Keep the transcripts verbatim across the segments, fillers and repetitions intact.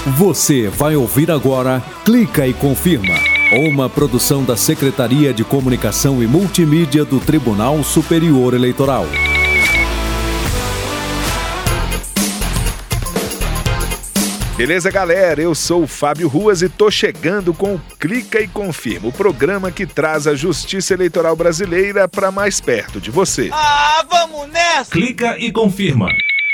Você vai ouvir agora Clica e Confirma, uma produção da Secretaria de Comunicação e Multimídia do Tribunal Superior Eleitoral. Beleza, galera? Eu sou o Fábio Ruas e tô chegando com o Clica e Confirma, o programa que traz a justiça eleitoral brasileira para mais perto de você. Ah, vamos nessa! Clica e Confirma.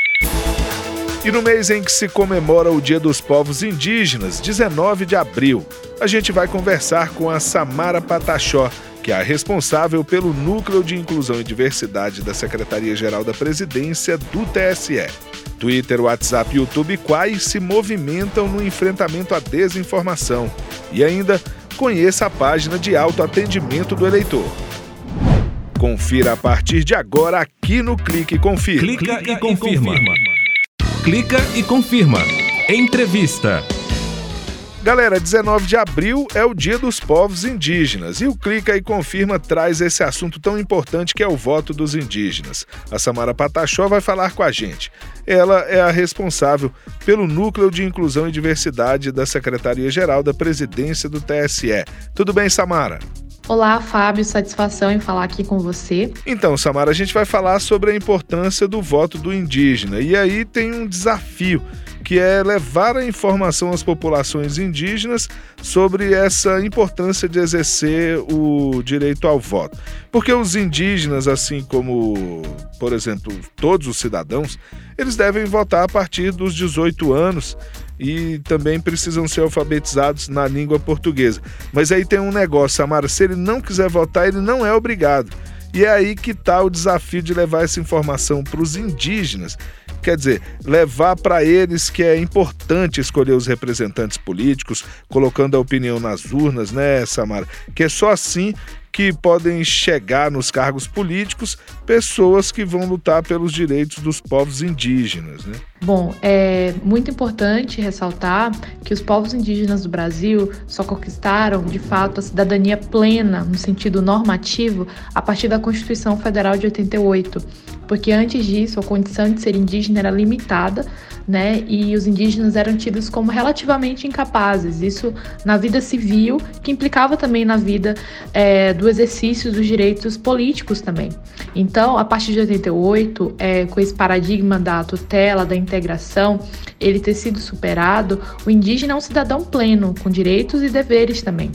E no mês em que se comemora o Dia dos Povos Indígenas, dezenove de abril, a gente vai conversar com a Samara Pataxó, que é a responsável pelo Núcleo de Inclusão e Diversidade da Secretaria-Geral da Presidência do T S E. Twitter, WhatsApp, YouTube e Quai se movimentam no enfrentamento à desinformação. E ainda, conheça a página de autoatendimento do eleitor. Confira a partir de agora aqui no Clica e Confirma. Clica e Confirma. Clica e Confirma. Entrevista. Galera, dezenove de abril é o Dia dos Povos Indígenas e o Clica e Confirma traz esse assunto tão importante que é o voto dos indígenas. A Samara Pataxó vai falar com a gente. Ela é a responsável pelo Núcleo de Inclusão e Diversidade da Secretaria-Geral da Presidência do T S E. Tudo bem, Samara? Olá, Fábio, satisfação em falar aqui com você. Então, Samara, a gente vai falar sobre a importância do voto do indígena. E aí tem um desafio, que é levar a informação às populações indígenas sobre essa importância de exercer o direito ao voto. Porque os indígenas, assim como, por exemplo, todos os cidadãos, eles devem votar a partir dos dezoito anos e também precisam ser alfabetizados na língua portuguesa. Mas aí tem um negócio, Samara, se ele não quiser votar, ele não é obrigado. E é aí que está o desafio de levar essa informação para os indígenas. Quer dizer, levar para eles que é importante escolher os representantes políticos, colocando a opinião nas urnas, né, Samara? Que é só assim que podem chegar nos cargos políticos pessoas que vão lutar pelos direitos dos povos indígenas, né? Bom, é muito importante ressaltar que os povos indígenas do Brasil só conquistaram, de fato, a cidadania plena, no sentido normativo, a partir da Constituição Federal de oitenta e oito, porque antes disso a condição de ser indígena era limitada, né, e os indígenas eram tidos como relativamente incapazes, isso na vida civil, que implicava também na vida é, do exercício dos direitos políticos também. Então, a partir de oitenta e oito, é, com esse paradigma da tutela, da integração, ele ter sido superado, o indígena é um cidadão pleno, com direitos e deveres também.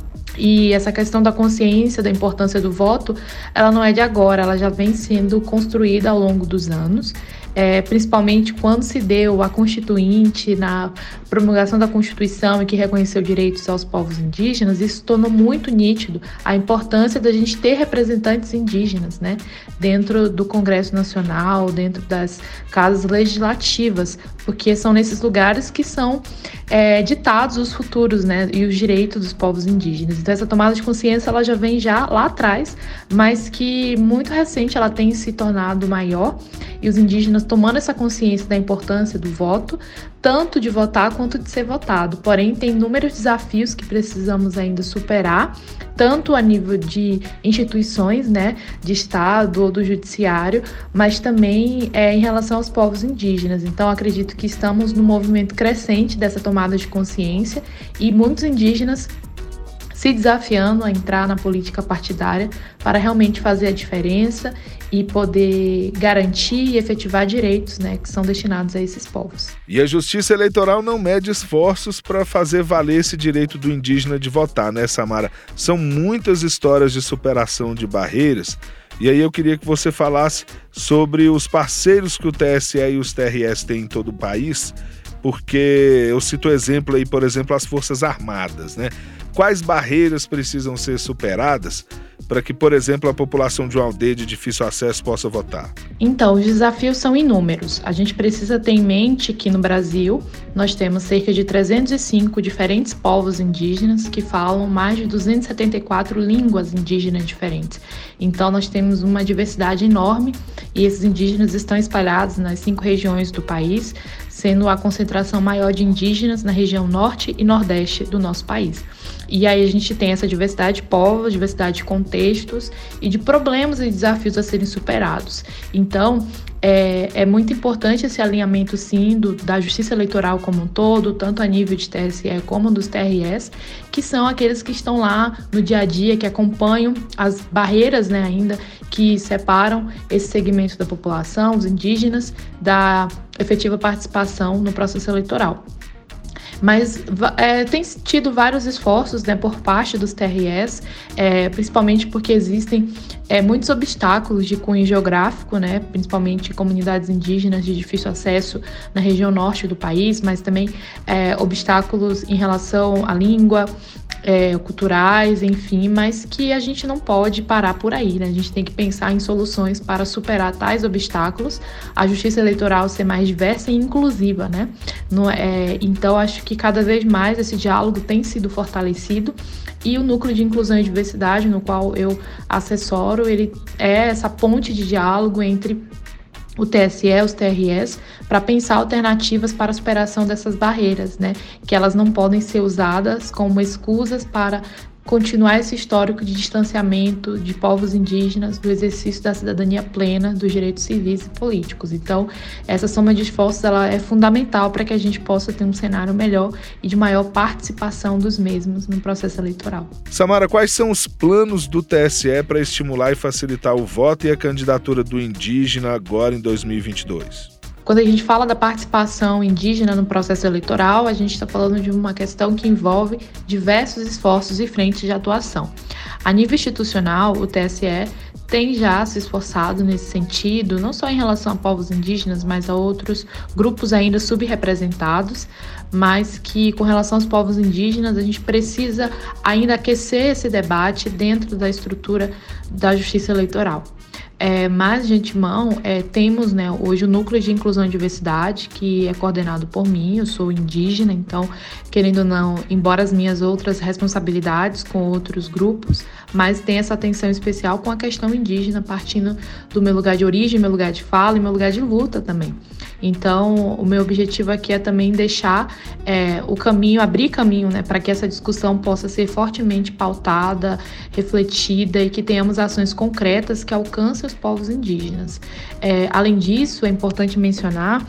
E essa questão da consciência, da importância do voto, ela não é de agora, ela já vem sendo construída ao longo dos anos. É, principalmente quando se deu a Constituinte, na promulgação da Constituição e que reconheceu direitos aos povos indígenas, isso tornou muito nítido a importância da gente ter representantes indígenas, né, dentro do Congresso Nacional, dentro das casas legislativas, porque são nesses lugares que são é, ditados os futuros, né, e os direitos dos povos indígenas. Então essa tomada de consciência ela já vem já lá atrás, mas que muito recente ela tem se tornado maior, e os indígenas tomando essa consciência da importância do voto, tanto de votar quanto de ser votado. Porém, tem inúmeros desafios que precisamos ainda superar, tanto a nível de instituições, né, de Estado ou do Judiciário, mas também é, em relação aos povos indígenas. Então, acredito que estamos num movimento crescente dessa tomada de consciência e muitos indígenas se desafiando a entrar na política partidária para realmente fazer a diferença e poder garantir e efetivar direitos, né, que são destinados a esses povos. E a Justiça Eleitoral não mede esforços para fazer valer esse direito do indígena de votar, né, Samara? São muitas histórias de superação de barreiras. E aí eu queria que você falasse sobre os parceiros que o T S E e os T R S têm em todo o país, porque eu cito o exemplo aí, por exemplo, as Forças Armadas, né? Quais barreiras precisam ser superadas para que, por exemplo, a população de uma aldeia de difícil acesso possa votar? Então, os desafios são inúmeros. A gente precisa ter em mente que no Brasil nós temos cerca de trezentos e cinco diferentes povos indígenas que falam mais de duzentas e setenta e quatro línguas indígenas diferentes. Então, nós temos uma diversidade enorme e esses indígenas estão espalhados nas cinco regiões do país, sendo a concentração maior de indígenas na região norte e nordeste do nosso país. E aí a gente tem essa diversidade de povos, diversidade de contextos e de problemas e desafios a serem superados. Então, é, é muito importante esse alinhamento, sim, do, da justiça eleitoral como um todo, tanto a nível de T S E como dos T R Es, que são aqueles que estão lá no dia a dia, que acompanham as barreiras, né, ainda, que separam esse segmento da população, os indígenas, da efetiva participação no processo eleitoral. Mas é, tem tido vários esforços, né, por parte dos T R Es, é, principalmente porque existem é, muitos obstáculos de cunho geográfico, né, principalmente comunidades indígenas de difícil acesso na região norte do país, mas também é, obstáculos em relação à língua, É, culturais, enfim, mas que a gente não pode parar por aí, né? A gente tem que pensar em soluções para superar tais obstáculos, a justiça eleitoral ser mais diversa e inclusiva, né? No, é, então, acho que cada vez mais esse diálogo tem sido fortalecido e o Núcleo de Inclusão e Diversidade, no qual eu assessoro, ele é essa ponte de diálogo entre o T S E, os T R Es, para pensar alternativas para a superação dessas barreiras, né? Que elas não podem ser usadas como escusas para continuar esse histórico de distanciamento de povos indígenas do exercício da cidadania plena, dos direitos civis e políticos. Então, essa soma de esforços ela é fundamental para que a gente possa ter um cenário melhor e de maior participação dos mesmos no processo eleitoral. Samara, quais são os planos do T S E para estimular e facilitar o voto e a candidatura do indígena agora em dois mil e vinte e dois? Quando a gente fala da participação indígena no processo eleitoral, a gente está falando de uma questão que envolve diversos esforços e frentes de atuação. A nível institucional, o T S E tem já se esforçado nesse sentido, não só em relação a povos indígenas, mas a outros grupos ainda subrepresentados, mas que com relação aos povos indígenas a gente precisa ainda aquecer esse debate dentro da estrutura da justiça eleitoral. É, mas, de antemão, é, temos, né, hoje o Núcleo de Inclusão e Diversidade, que é coordenado por mim, eu sou indígena, então, querendo ou não, embora as minhas outras responsabilidades com outros grupos, mas tem essa atenção especial com a questão indígena, partindo do meu lugar de origem, meu lugar de fala e meu lugar de luta também. Então, o meu objetivo aqui é também deixar é, o caminho, abrir caminho, né, para que essa discussão possa ser fortemente pautada, refletida e que tenhamos ações concretas que alcancem os povos indígenas. É, além disso, é importante mencionar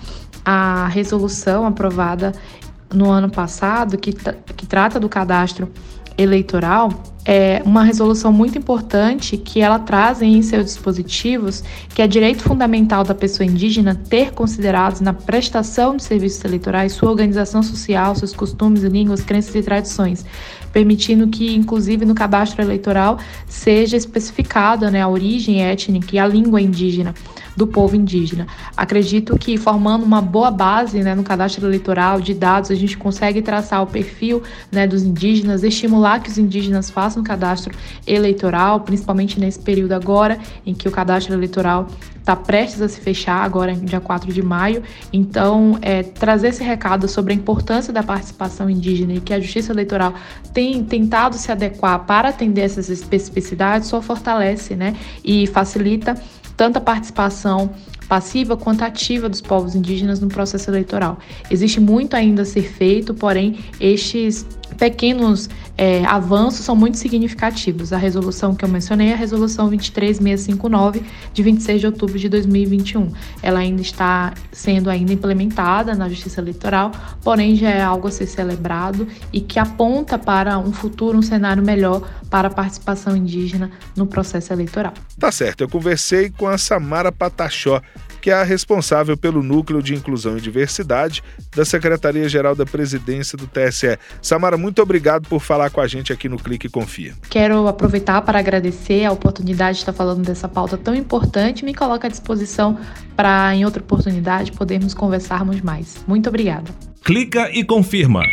a resolução aprovada no ano passado, que, que trata do cadastro eleitoral, é uma resolução muito importante que ela traz em seus dispositivos que é direito fundamental da pessoa indígena ter considerados na prestação de serviços eleitorais sua organização social, seus costumes, línguas, crenças e tradições, permitindo que, inclusive, no cadastro eleitoral seja especificada, né, a origem étnica e a língua indígena do povo indígena. Acredito que, formando uma boa base, né, no cadastro eleitoral de dados, a gente consegue traçar o perfil, né, dos indígenas, estimular que os indígenas façam um cadastro eleitoral, principalmente nesse período agora, em que o cadastro eleitoral está prestes a se fechar, agora dia quatro de maio. Então, é, trazer esse recado sobre a importância da participação indígena e que a Justiça Eleitoral tem tentado se adequar para atender essas especificidades só fortalece, né, e facilita tanto a participação passiva quanto ativa dos povos indígenas no processo eleitoral. Existe muito ainda a ser feito, porém, estes pequenos é, avanços são muito significativos. A resolução que eu mencionei é a resolução vinte e três mil seiscentos e cinquenta e nove, de vinte e seis de outubro de dois mil e vinte e um. Ela ainda está sendo ainda implementada na Justiça Eleitoral, porém já é algo a ser celebrado e que aponta para um futuro, um cenário melhor para a participação indígena no processo eleitoral. Tá certo, eu conversei com a Samara Pataxó, que é a responsável pelo Núcleo de Inclusão e Diversidade da Secretaria-Geral da Presidência do T S E. Samara, muito obrigado por falar com a gente aqui no Clique e Confirma. Quero aproveitar para agradecer a oportunidade de estar falando dessa pauta tão importante e me coloco à disposição para, em outra oportunidade, podermos conversarmos mais. Muito obrigada. Clica e confirma.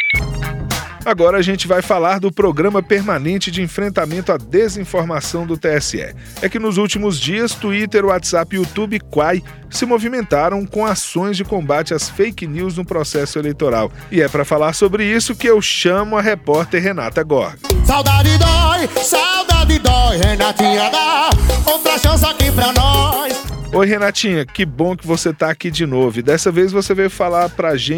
Agora a gente vai falar do Programa Permanente de Enfrentamento à Desinformação do T S E. É que nos últimos dias, Twitter, WhatsApp, YouTube e Quai se movimentaram com ações de combate às fake news no processo eleitoral. E é para falar sobre isso que eu chamo a repórter Renata Gorga. Saudade dói, saudade dói, Renatinha dá outra chance aqui pra nós. Oi, Renatinha, que bom que você tá aqui de novo. E dessa vez você veio falar pra gente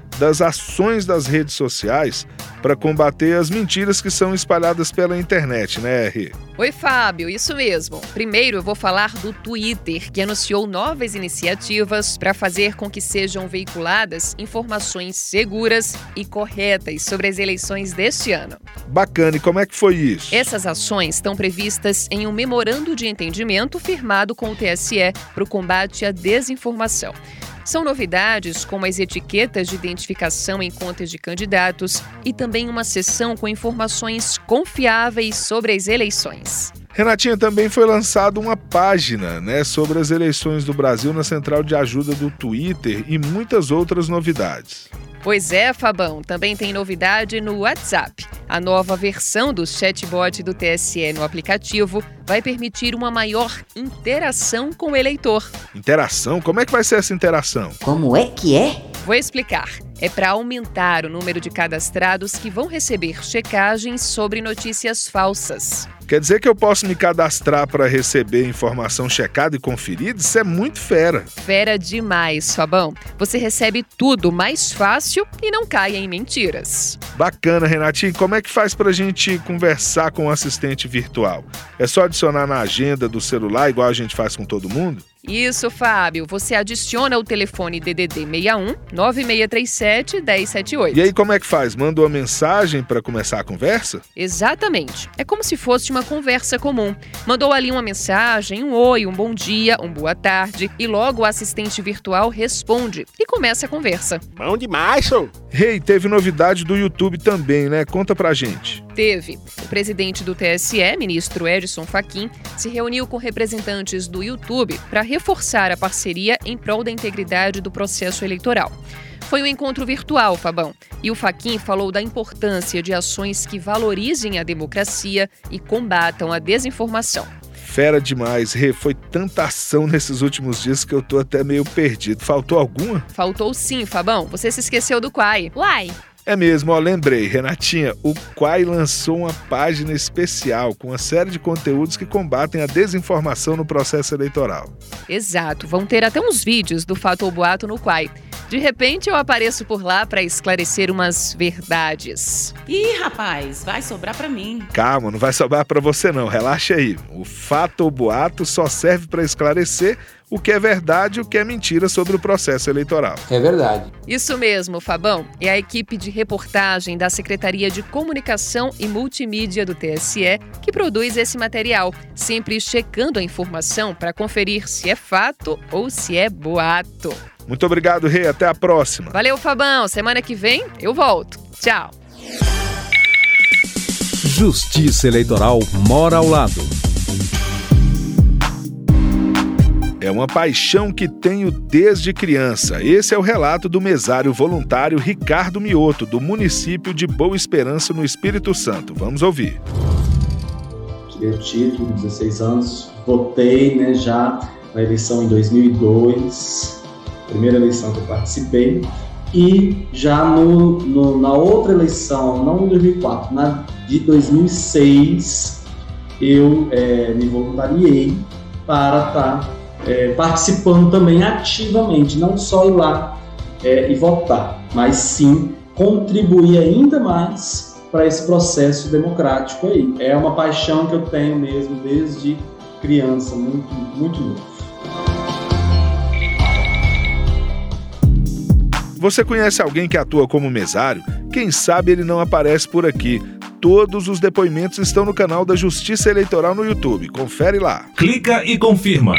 das ações das redes sociais para combater as mentiras que são espalhadas pela internet, né, Rê? Oi, Fábio, isso mesmo. Primeiro eu vou falar do Twitter, que anunciou novas iniciativas para fazer com que sejam veiculadas informações seguras e corretas sobre as eleições deste ano. Bacana, e como é que foi isso? Essas ações estão previstas em um memorando de entendimento firmado com o T S E para o combate à desinformação. São novidades como as etiquetas de identificação em contas de candidatos e também uma seção com informações confiáveis sobre as eleições. Renatinha, também foi lançada uma página, né, sobre as eleições do Brasil na central de ajuda do Twitter e muitas outras novidades. Pois é, Fabão, também tem novidade no WhatsApp. A nova versão do chatbot do T S E no aplicativo vai permitir uma maior interação com o eleitor. Interação? Como é que vai ser essa interação? Como é que é? Vou explicar. É para aumentar o número de cadastrados que vão receber checagens sobre notícias falsas. Quer dizer que eu posso me cadastrar para receber informação checada e conferida? Isso é muito fera. Fera demais, Fabão. Você recebe tudo mais fácil e não cai em mentiras. Bacana, Renatinho. Como é que faz para a gente conversar com o assistente virtual? É só adicionar na agenda do celular, igual a gente faz com todo mundo? Isso, Fábio. Você adiciona o telefone D D D seis um nove seis três sete um zero sete oito. E aí, como é que faz? Manda uma mensagem para começar a conversa? Exatamente. É como se fosse uma conversa comum. Mandou ali uma mensagem, um oi, um bom dia, um boa tarde, e logo o assistente virtual responde e começa a conversa. Bom demais, show! Rei, hey, teve novidade do YouTube também, né? Conta pra gente. Teve. O presidente do T S E, ministro Edson Fachin, se reuniu com representantes do YouTube para reforçar a parceria em prol da integridade do processo eleitoral. Foi um encontro virtual, Fabão, e o Fachin falou da importância de ações que valorizem a democracia e combatam a desinformação. Fera demais, Rê. Foi tanta ação nesses últimos dias que eu tô até meio perdido. Faltou alguma? Faltou sim, Fabão. Você se esqueceu do Quai. Uai! É mesmo, ó, lembrei, Renatinha, o Quai lançou uma página especial com uma série de conteúdos que combatem a desinformação no processo eleitoral. Exato, vão ter até uns vídeos do fato ou boato no Quai. De repente eu apareço por lá para esclarecer umas verdades. Ih, rapaz, vai sobrar para mim. Calma, não vai sobrar para você não, relaxa aí. O fato ou boato só serve para esclarecer o que é verdade e o que é mentira sobre o processo eleitoral. É verdade. Isso mesmo, Fabão. É a equipe de reportagem da Secretaria de Comunicação e Multimídia do T S E que produz esse material, sempre checando a informação para conferir se é fato ou se é boato. Muito obrigado, Rei. Até a próxima. Valeu, Fabão. Semana que vem eu volto. Tchau. Justiça Eleitoral mora ao lado. É uma paixão que tenho desde criança. Esse é o relato do mesário voluntário Ricardo Mioto, do município de Boa Esperança, no Espírito Santo. Vamos ouvir. Tirei o título, dezesseis anos, votei, né, já na eleição em dois mil e dois, primeira eleição que eu participei, e já no, no, na outra eleição, não em dois mil e quatro, na de dois mil e seis, eu é, me voluntariei para estar é, participando também ativamente, não só ir lá é, e votar, mas sim contribuir ainda mais para esse processo democrático aí. É uma paixão que eu tenho mesmo desde criança, muito, muito novo. Você conhece alguém que atua como mesário? Quem sabe ele não aparece por aqui. Todos os depoimentos estão no canal da Justiça Eleitoral no YouTube. Confere lá. Clica e confirma.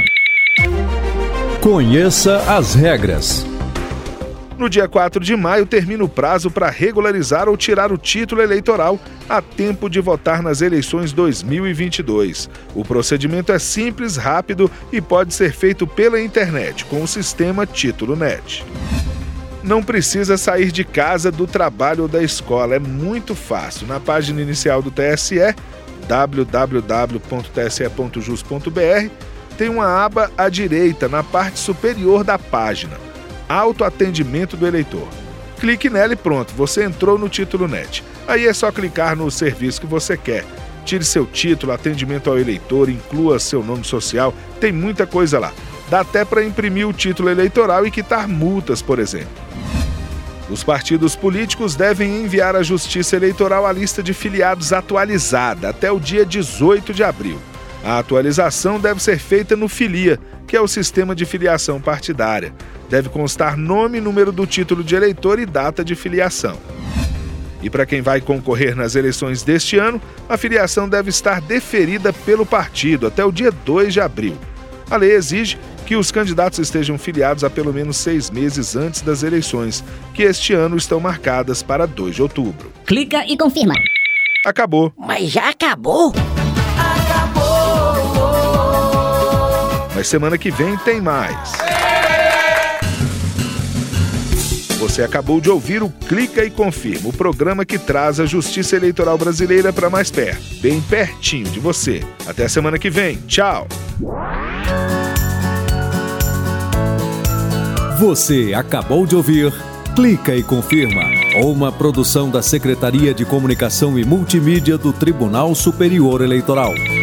Conheça as regras. No dia quatro de maio, termina o prazo para regularizar ou tirar o título eleitoral a tempo de votar nas eleições dois mil e vinte e dois. O procedimento é simples, rápido e pode ser feito pela internet, com o sistema Título Net. Não precisa sair de casa, do trabalho ou da escola, é muito fácil. Na página inicial do T S E, w w w ponto t s e ponto jus ponto b r, tem uma aba à direita, na parte superior da página, Autoatendimento do eleitor. Clique nela e pronto, você entrou no Título Net. Aí é só clicar no serviço que você quer. Tire seu título, atendimento ao eleitor, inclua seu nome social, tem muita coisa lá. Dá até para imprimir o título eleitoral e quitar multas, por exemplo. Os partidos políticos devem enviar à Justiça Eleitoral a lista de filiados atualizada até o dia dezoito de abril. A atualização deve ser feita no Filia, que é o sistema de filiação partidária. Deve constar nome, número do título de eleitor e data de filiação. E para quem vai concorrer nas eleições deste ano, a filiação deve estar deferida pelo partido até o dia dois de abril. A lei exige que os candidatos estejam filiados há pelo menos seis meses antes das eleições, que este ano estão marcadas para dois de outubro. Clica e confirma. Acabou. Mas já acabou? Mas semana que vem tem mais. Você acabou de ouvir o Clica e Confirma, o programa que traz a Justiça Eleitoral Brasileira para mais perto, bem pertinho de você. Até a semana que vem. Tchau. Você acabou de ouvir Clica e Confirma, uma produção da Secretaria de Comunicação e Multimídia do Tribunal Superior Eleitoral.